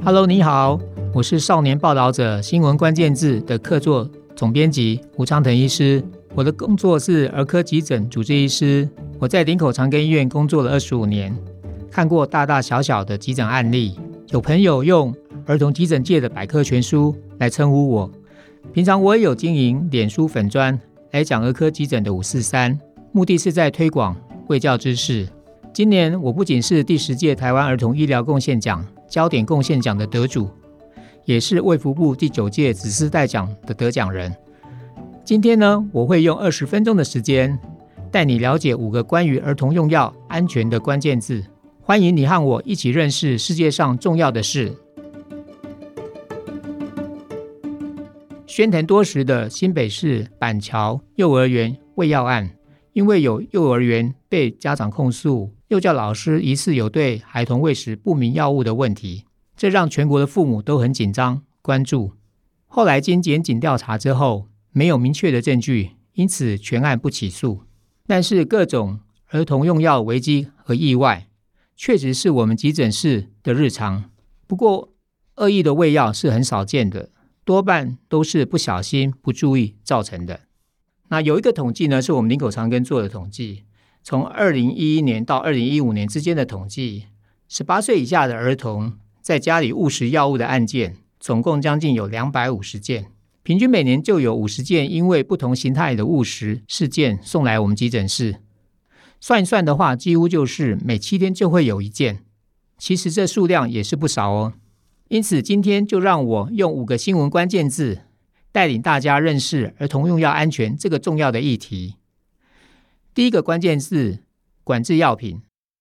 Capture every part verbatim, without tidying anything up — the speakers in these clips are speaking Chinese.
Hello， 你好，我是少年报道者新闻关键字的客座总编辑吴昌腾医师。我的工作是儿科急诊主治医师，我在林口长庚医院工作了二十五年，看过大大小小的急诊案例。有朋友用儿童急诊界的百科全书来称呼我。平常我也有经营脸书粉专来讲儿科急诊的五四三，目的是在推广卫教知识。今年我不仅是第十届台湾儿童医疗贡献奖焦点贡献奖的得主，也是卫福部第九届紫丝带奖的得奖人。今天呢，我会用二十分钟的时间带你了解五个关于儿童用药安全的关键字。欢迎你和我一起认识世界上重要的事。喧腾多时的新北市板桥幼儿园喂药案，因为有幼儿园被家长控诉幼教老师疑似有对孩童喂食不明药物的问题，这让全国的父母都很紧张关注。后来经检警调查之后，没有明确的证据，因此全案不起诉。但是各种儿童用药危机和意外确实是我们急诊室的日常。不过恶意的喂药是很少见的，多半都是不小心不注意造成的。那有一个统计呢，是我们林口长庚做的统计，从二零一一年到二零一五年之间的统计，十八岁以下的儿童在家里误食药物的案件总共将近有两百五十件，平均每年就有五十件因为不同形态的误食事件送来我们急诊室。算一算的话，几乎就是每七天就会有一件，其实这数量也是不少哦。因此今天就让我用五个新闻关键字带领大家认识儿童用药安全这个重要的议题。第一个关键字，管制药品。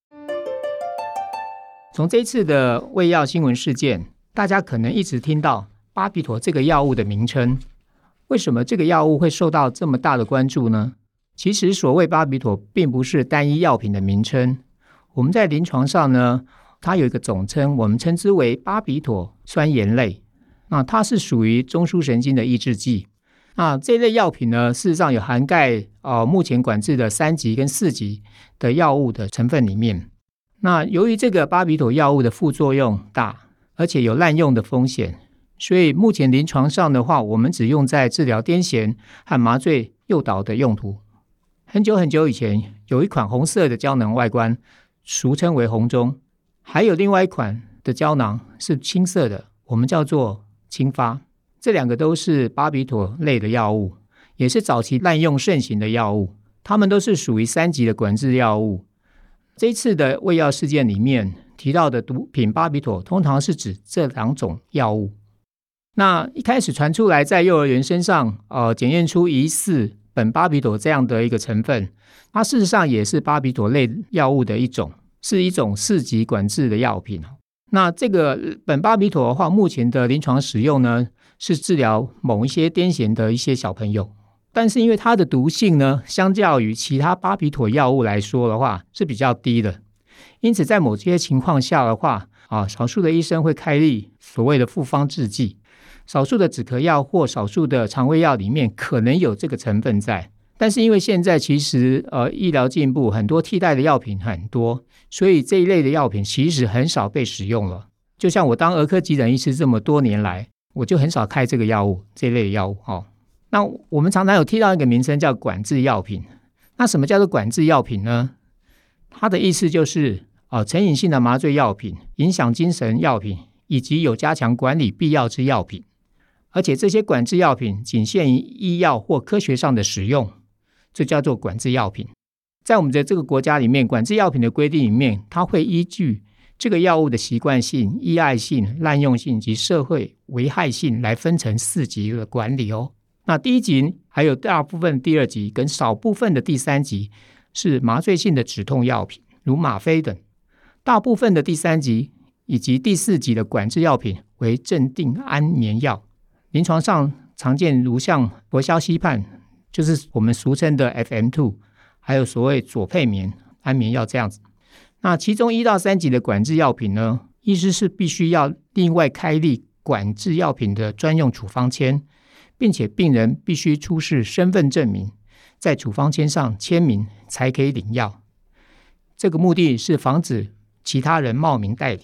从这次的喂药新闻事件，大家可能一直听到巴比妥这个药物的名称。为什么这个药物会受到这么大的关注呢？其实所谓巴比妥并不是单一药品的名称，我们在临床上呢，它有一个总称，我们称之为巴比妥酸盐类。那它是属于中枢神经的抑制剂。那这类药品呢，事实上有涵盖、呃、目前管制的三级跟四级的药物的成分里面。那由于这个巴比妥药物的副作用大，而且有滥用的风险，所以目前临床上的话，我们只用在治疗癫痫和麻醉诱导的用途。很久很久以前，有一款红色的胶囊外观，俗称为红中，还有另外一款的胶囊是青色的，我们叫做青发。这两个都是巴比妥类的药物，也是早期滥用盛行的药物，它们都是属于三级的管制药物。这次的喂药事件里面提到的毒品巴比妥，通常是指这两种药物。那一开始传出来在幼儿园身上呃，检验出疑似苯巴比妥这样的一个成分，它事实上也是巴比妥类药物的一种，是一种四级管制的药品。那这个苯巴比妥的话，目前的临床使用呢，是治疗某一些癫痫的一些小朋友，但是因为它的毒性呢，相较于其他巴比妥药物来说的话是比较低的，因此在某些情况下的话啊，少数的医生会开立所谓的复方制剂，少数的止咳药或少数的肠胃药里面可能有这个成分在。但是因为现在其实呃医疗进步，很多替代的药品很多，所以这一类的药品其实很少被使用了。就像我当儿科急诊医师这么多年来，我就很少开这个药物，这一类的药物、哦、那我们常常有提到一个名称叫管制药品。那什么叫做管制药品呢？它的意思就是、呃、成瘾性的麻醉药品、影响精神药品以及有加强管理必要之药品，而且这些管制药品仅限于医药或科学上的使用，这叫做管制药品。在我们的这个国家里面，管制药品的规定里面，它会依据这个药物的习惯性、依赖性、滥用性及社会危害性来分成四级的管理哦。那第一级还有大部分第二级跟少部分的第三级是麻醉性的止痛药品，如吗啡等。大部分的第三级以及第四级的管制药品为镇定安眠药，临床上常见如像氟硝西泮，就是我们俗称的 F M 二， 还有所谓左配眠安眠药这样子。那其中一到三级的管制药品呢，医师是必须要另外开立管制药品的专用处方签，并且病人必须出示身份证明，在处方签上签名才可以领药。这个目的是防止其他人冒名代理，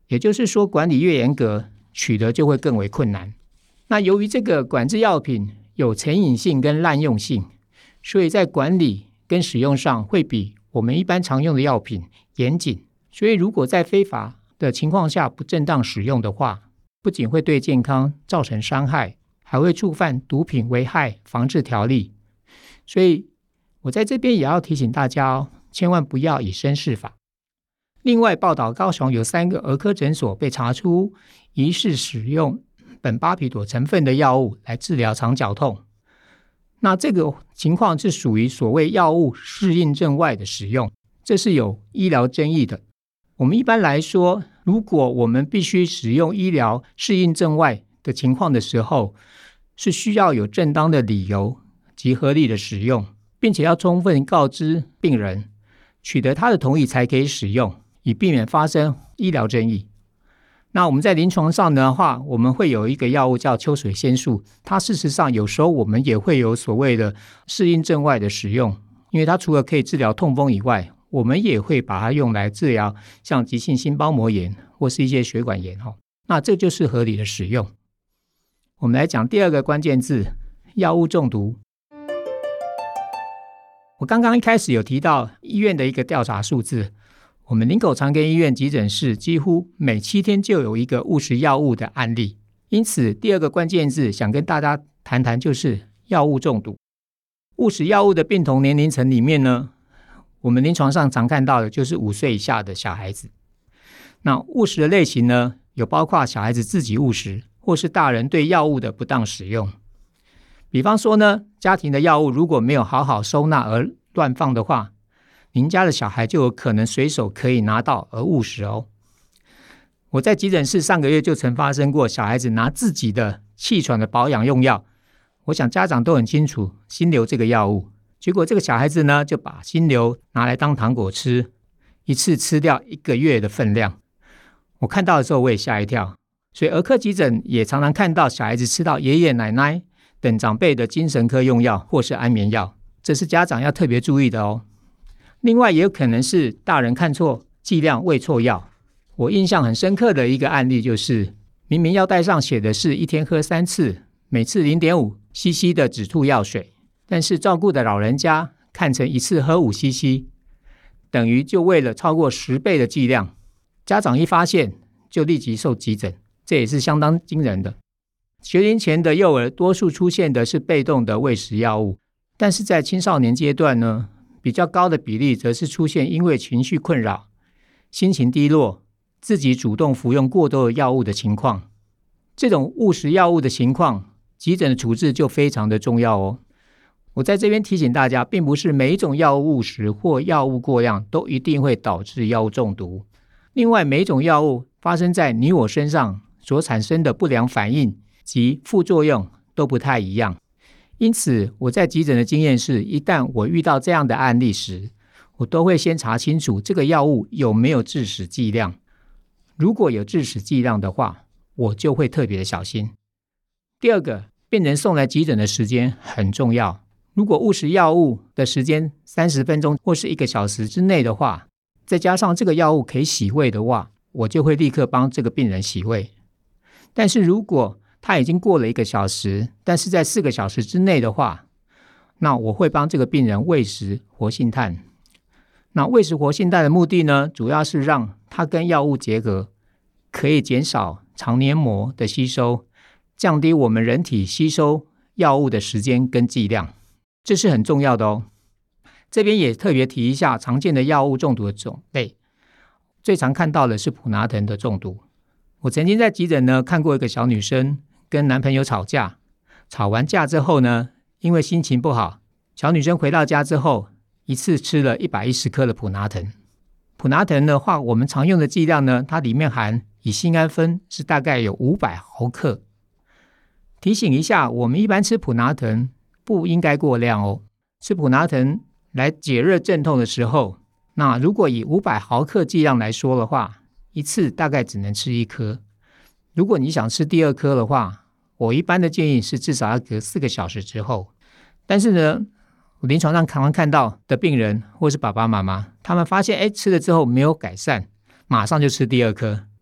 也就是说管理越严格，取得就会更为困难。那由于这个管制药品有成瘾性跟滥用性，所以在管理跟使用上会比我们一般常用的药品严谨。所以如果在非法的情况下不正当使用的话，不仅会对健康造成伤害，还会触犯毒品危害防治条例。所以我在这边也要提醒大家哦，千万不要以身试法。另外，报道高雄有三个儿科诊所被查出疑似使用苯巴比妥成分的药物来治疗肠绞痛。那这个情况是属于所谓药物适应症外的使用，这是有医疗争议的。我们一般来说，如果我们必须使用医疗适应症外的情况的时候，是需要有正当的理由及合理的使用，并且要充分告知病人，取得他的同意才可以使用，以避免发生医疗争议。那我们在临床上的话，我们会有一个药物叫秋水仙素，它事实上有时候我们也会有所谓的适应症外的使用，因为它除了可以治疗痛风以外，我们也会把它用来治疗像急性心包膜炎或是一些血管炎，那这就是合理的使用。我们来讲第二个关键字，药物中毒。我刚刚一开始有提到医院的一个调查数字，我们林口长庚医院急诊室几乎每七天就有一个误食药物的案例。因此第二个关键字想跟大家谈谈就是药物中毒。误食药物的病童年龄层里面呢，我们临床上常看到的就是五岁以下的小孩子。那误食的类型呢，有包括小孩子自己误食，或是大人对药物的不当使用。比方说呢，家庭的药物如果没有好好收纳而乱放的话，您家的小孩就有可能随手可以拿到而误食哦。我在急诊室上个月就曾发生过小孩子拿自己的气喘的保养用药，我想家长都很清楚心流这个药物，结果这个小孩子呢就把心流拿来当糖果吃，一次吃掉一个月的分量。我看到的时候我也吓一跳。所以儿科急诊也常常看到小孩子吃到爷爷奶奶等长辈的精神科用药或是安眠药，这是家长要特别注意的哦。另外也有可能是大人看错剂量喂错药。我印象很深刻的一个案例就是，明明药袋上写的是一天喝三次，每次 零点五 C C 的止吐药水，但是照顾的老人家看成一次喝 五 C C， 等于就喂了超过十倍的剂量。家长一发现就立即送急诊，这也是相当惊人的。学龄前的幼儿多数出现的是被动的喂食药物，但是在青少年阶段呢，比较高的比例则是出现因为情绪困扰、心情低落，自己主动服用过多的药物的情况。这种误食药物的情况，急诊的处置就非常的重要哦。我在这边提醒大家，并不是每一种药物误食或药物过量都一定会导致药物中毒。另外，每一种药物发生在你我身上所产生的不良反应及副作用都不太一样。因此我在急诊的经验是，一旦我遇到这样的案例时，我都会先查清楚这个药物有没有致死剂量。如果有致死剂量的话，我就会特别的小心。第二个，病人送来急诊的时间很重要。如果误食药物的时间三十分钟或是一个小时之内的话，再加上这个药物可以洗胃的话，我就会立刻帮这个病人洗胃。但是如果他已经过了一个小时，但是在四个小时之内的话，那我会帮这个病人喂食活性炭。那喂食活性炭的目的呢，主要是让它跟药物结合，可以减少肠黏膜的吸收，降低我们人体吸收药物的时间跟剂量，这是很重要的哦。这边也特别提一下常见的药物中毒的种类，最常看到的是普拿疼的中毒。我曾经在急诊呢看过一个小女生跟男朋友吵架，吵完架之后呢，因为心情不好，小女生回到家之后一次吃了一百一十颗的普拿疼。普拿疼的话，我们常用的剂量呢，它里面含乙酰氨酚是大概有五百毫克。提醒一下，我们一般吃普拿疼不应该过量哦。吃普拿疼来解热镇痛的时候，那如果以五百毫克剂量来说的话，一次大概只能吃一颗。如果你想吃第二颗的话，我一般的建议是至少要隔四个小时之后。但是呢，我临床上常常看到的病人或是爸爸妈妈，他们发现哎，吃了之后没有改善，马上就吃第二颗，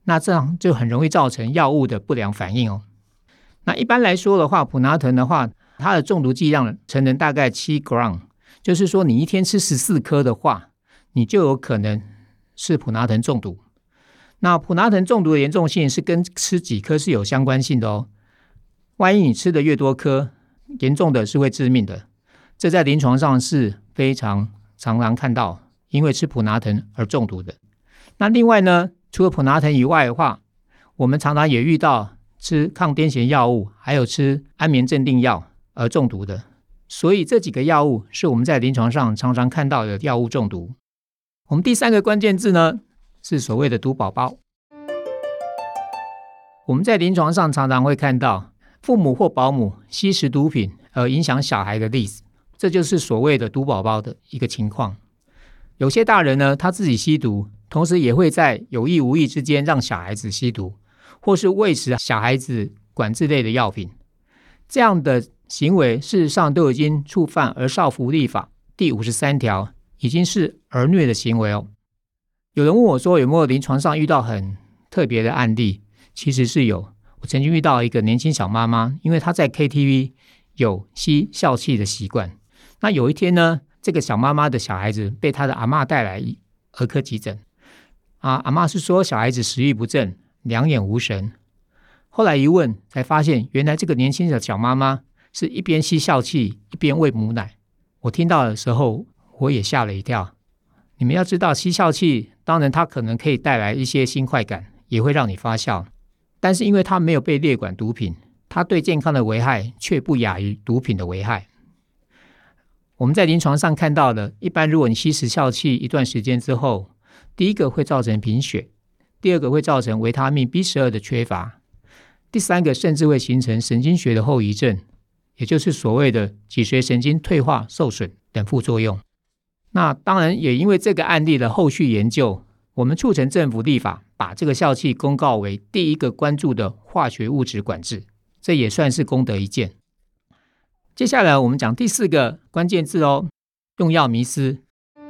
那这样就很容易造成药物的不良反应哦。那一般来说的话，普拿疼的话，它的中毒剂量成人大概七 gram， 就是说你一天吃十四颗的话，你就有可能是普拿疼中毒。那普拿疼中毒的严重性是跟吃几颗是有相关性的哦。万一你吃的越多颗，严重的是会致命的。这在临床上是非常常常看到，因为吃普拿疼而中毒的。那另外呢，除了普拿疼以外的话，我们常常也遇到吃抗癫痫药物还有吃安眠镇定药而中毒的。所以这几个药物是我们在临床上常常看到的药物中毒。我们第三个关键字呢，是所谓的毒宝宝。我们在临床上常常会看到父母或保姆吸食毒品而影响小孩的例子，这就是所谓的毒宝宝的一个情况。有些大人呢，他自己吸毒，同时也会在有意无意之间让小孩子吸毒，或是喂食小孩子管制类的药品。这样的行为事实上都已经触犯儿少福利法第五十三条，已经是儿虐的行为哦。有人问我说，有没有临床上遇到很特别的案例？其实是有。我曾经遇到一个年轻小妈妈，因为她在 K T V 有吸笑气的习惯。那有一天呢，这个小妈妈的小孩子被她的阿嬷带来儿科急诊。啊，阿嬷是说小孩子食欲不振，两眼无神。后来一问才发现，原来这个年轻的小妈妈是一边吸笑气一边喂母奶。我听到的时候我也吓了一跳。你们要知道，吸笑气当然它可能可以带来一些新快感，也会让你发笑，但是因为它没有被列管毒品，它对健康的危害却不亚于毒品的危害。我们在临床上看到的，一般如果你吸食笑气一段时间之后，第一个会造成贫血，第二个会造成维他命 B 十二 的缺乏，第三个甚至会形成神经学的后遗症，也就是所谓的脊髓神经退化受损等副作用。那当然也因为这个案例的后续研究，我们促成政府立法，把这个笑气公告为第一个关注的化学物质管制，这也算是功德一件。接下来我们讲第四个关键字哦，用药迷思。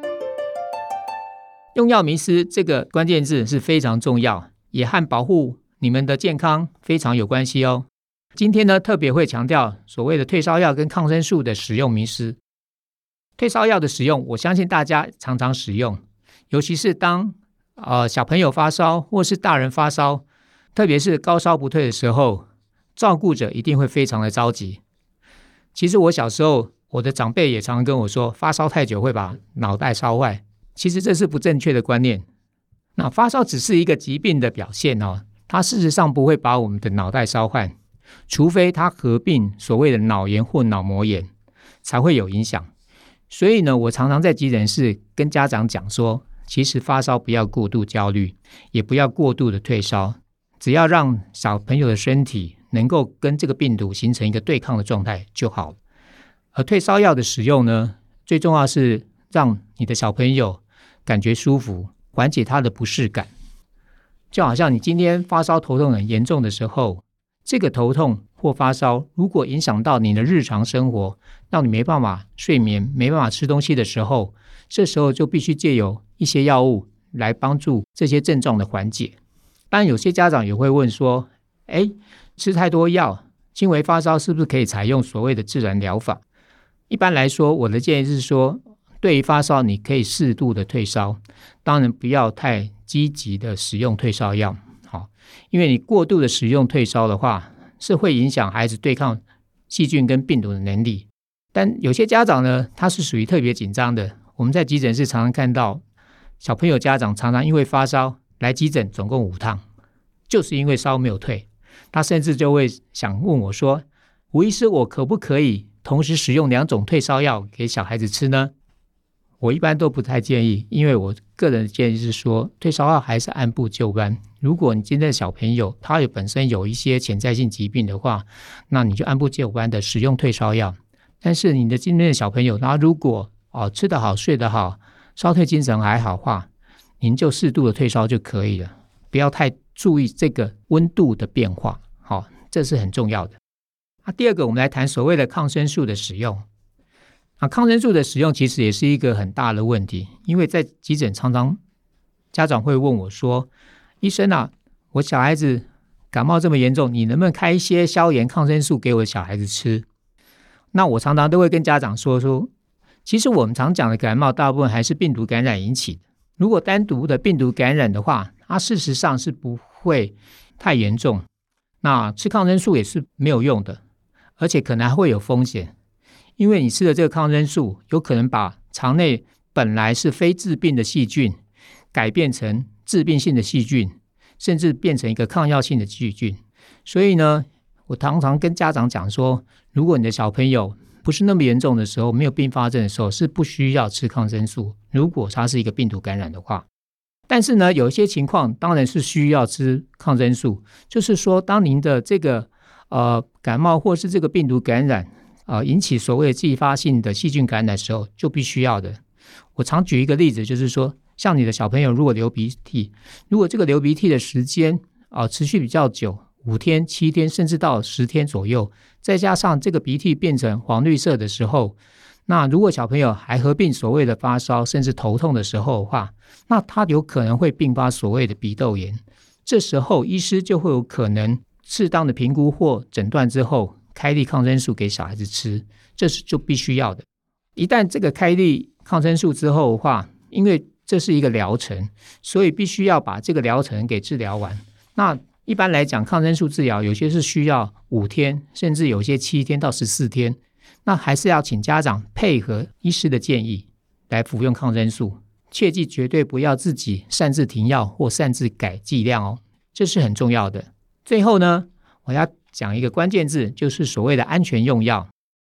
用药迷思这个关键字是非常重要，也和保护你们的健康非常有关系哦。今天呢，特别会强调所谓的退烧药跟抗生素的使用迷思。退烧药的使用，我相信大家常常使用，尤其是当呃小朋友发烧或是大人发烧，特别是高烧不退的时候，照顾者一定会非常的着急。其实我小时候，我的长辈也常常跟我说，发烧太久会把脑袋烧坏。其实这是不正确的观念。那发烧只是一个疾病的表现哦，它事实上不会把我们的脑袋烧坏，除非它合并所谓的脑炎或脑膜炎，才会有影响。所以呢，我常常在急诊室跟家长讲说，其实发烧不要过度焦虑，也不要过度的退烧，只要让小朋友的身体能够跟这个病毒形成一个对抗的状态就好了。而退烧药的使用呢，最重要是让你的小朋友感觉舒服，缓解他的不适感。就好像你今天发烧头痛很严重的时候，这个头痛或发烧如果影响到你的日常生活，让你没办法睡眠，没办法吃东西的时候，这时候就必须借由一些药物来帮助这些症状的缓解。当然有些家长也会问说，诶，吃太多药，轻微发烧是不是可以采用所谓的自然疗法？一般来说，我的建议是说，对于发烧你可以适度的退烧，当然不要太积极的使用退烧药，好，因为你过度的使用退烧的话，是会影响孩子对抗细菌跟病毒的能力。但有些家长呢，他是属于特别紧张的，我们在急诊室常常看到小朋友家长常常因为发烧来急诊总共五趟，就是因为烧没有退，他甚至就会想问我说，吴医师，我可不可以同时使用两种退烧药给小孩子吃呢？我一般都不太建议，因为我个人的建议是说，退烧药还是按部就班。如果你今天的小朋友他有本身有一些潜在性疾病的话，那你就按部就班的使用退烧药。但是你的今天的小朋友他如果、哦、吃得好睡得好，烧退精神还好的话，您就适度的退烧就可以了，不要太注意这个温度的变化、哦、这是很重要的、啊、第二个我们来谈所谓的抗生素的使用。啊，抗生素的使用其实也是一个很大的问题，因为在急诊常常家长会问我说，医生啊， 我小孩子感冒这么严重，你能不能开一些消炎抗生素给我的小孩子吃？那我常常都会跟家长说说，其实我们常讲的感冒大部分还是病毒感染引起的，如果单独的病毒感染的话，它事实上是不会太严重，那吃抗生素也是没有用的，而且可能还会有风险，因为你吃的这个抗生素有可能把肠内本来是非致病的细菌改变成致病性的细菌，甚至变成一个抗药性的细菌。所以呢，我常常跟家长讲说，如果你的小朋友不是那么严重的时候，没有并发症的时候，是不需要吃抗生素，如果它是一个病毒感染的话。但是呢，有一些情况当然是需要吃抗生素，就是说当您的这个呃感冒或是这个病毒感染呃引起所谓的继发性的细菌感染的时候，就必须要的。我常举一个例子，就是说像你的小朋友如果流鼻涕，如果这个流鼻涕的时间、呃、持续比较久，五天、七天甚至到十天左右，再加上这个鼻涕变成黄绿色的时候，那如果小朋友还合并所谓的发烧甚至头痛的时候的话，那他有可能会并发所谓的鼻窦炎。这时候医师就会有可能适当的评估或诊断之后，开立抗生素给小孩子吃，这是就必须要的。一旦这个开立抗生素之后的话，因为这是一个疗程，所以必须要把这个疗程给治疗完。那一般来讲，抗生素治疗有些是需要五天，甚至有些七天到十四天，那还是要请家长配合医师的建议来服用抗生素，切记绝对不要自己擅自停药或擅自改剂量哦，这是很重要的。最后呢，我要讲一个关键字，就是所谓的安全用药。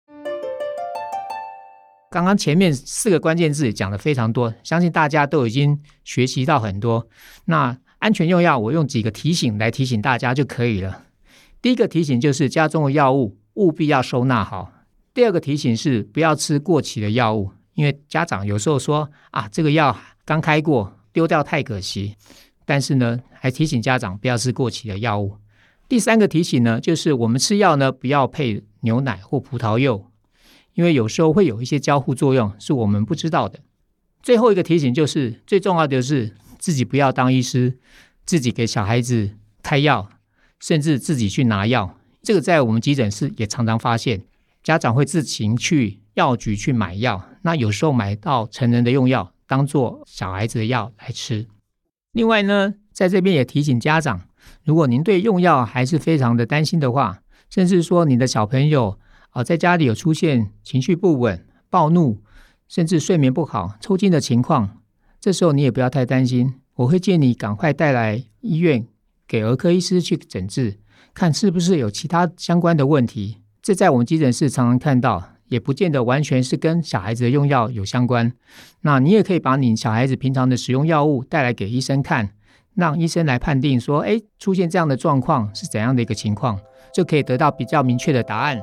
刚刚前面四个关键字讲得非常多，相信大家都已经学习到很多。那安全用药我用几个提醒来提醒大家就可以了。第一个提醒就是家中的药物务必要收纳好。第二个提醒是不要吃过期的药物，因为家长有时候说啊，这个药刚开过丢掉太可惜，但是呢还提醒家长不要吃过期的药物。第三个提醒呢，就是我们吃药呢不要配牛奶或葡萄柚，因为有时候会有一些交互作用是我们不知道的。最后一个提醒就是最重要的是自己不要当医师，自己给小孩子开药，甚至自己去拿药。这个在我们急诊室也常常发现，家长会自行去药局去买药，那有时候买到成人的用药当做小孩子的药来吃。另外呢，在这边也提醒家长，如果您对用药还是非常的担心的话，甚至说你的小朋友、呃、在家里有出现情绪不稳、暴怒，甚至睡眠不好、抽筋的情况，这时候你也不要太担心，我会建议你赶快带来医院给儿科医师去诊治，看是不是有其他相关的问题。这在我们急诊室常常看到，也不见得完全是跟小孩子的用药有相关。那你也可以把你小孩子平常的使用药物带来给医生看，让医生来判定说，诶，出现这样的状况是怎样的一个情况，就可以得到比较明确的答案。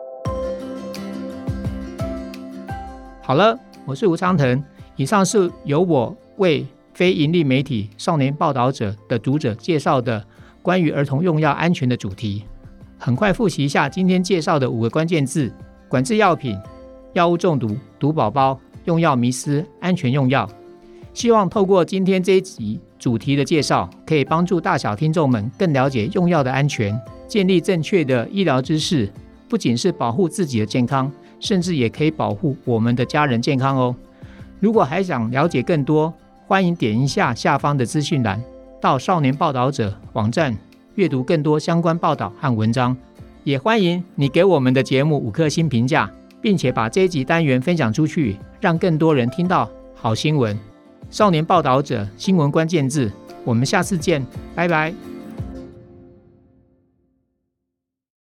好了，我是吴昌腾，以上是由我为非营利媒体少年报道者的读者介绍的关于儿童用药安全的主题。很快复习一下今天介绍的五个关键字：管制药品、药物中毒、毒宝宝、用药迷思、安全用药。希望透过今天这一集主题的介绍，可以帮助大小听众们更了解用药的安全，建立正确的医疗知识，不仅是保护自己的健康，甚至也可以保护我们的家人健康哦。如果还想了解更多，欢迎点一下下方的资讯栏，到少年报道者网站阅读更多相关报道和文章。也欢迎你给我们的节目五颗星评价，并且把这一集单元分享出去，让更多人听到好新闻。少年报道者新闻关键字，我们下次见，拜拜。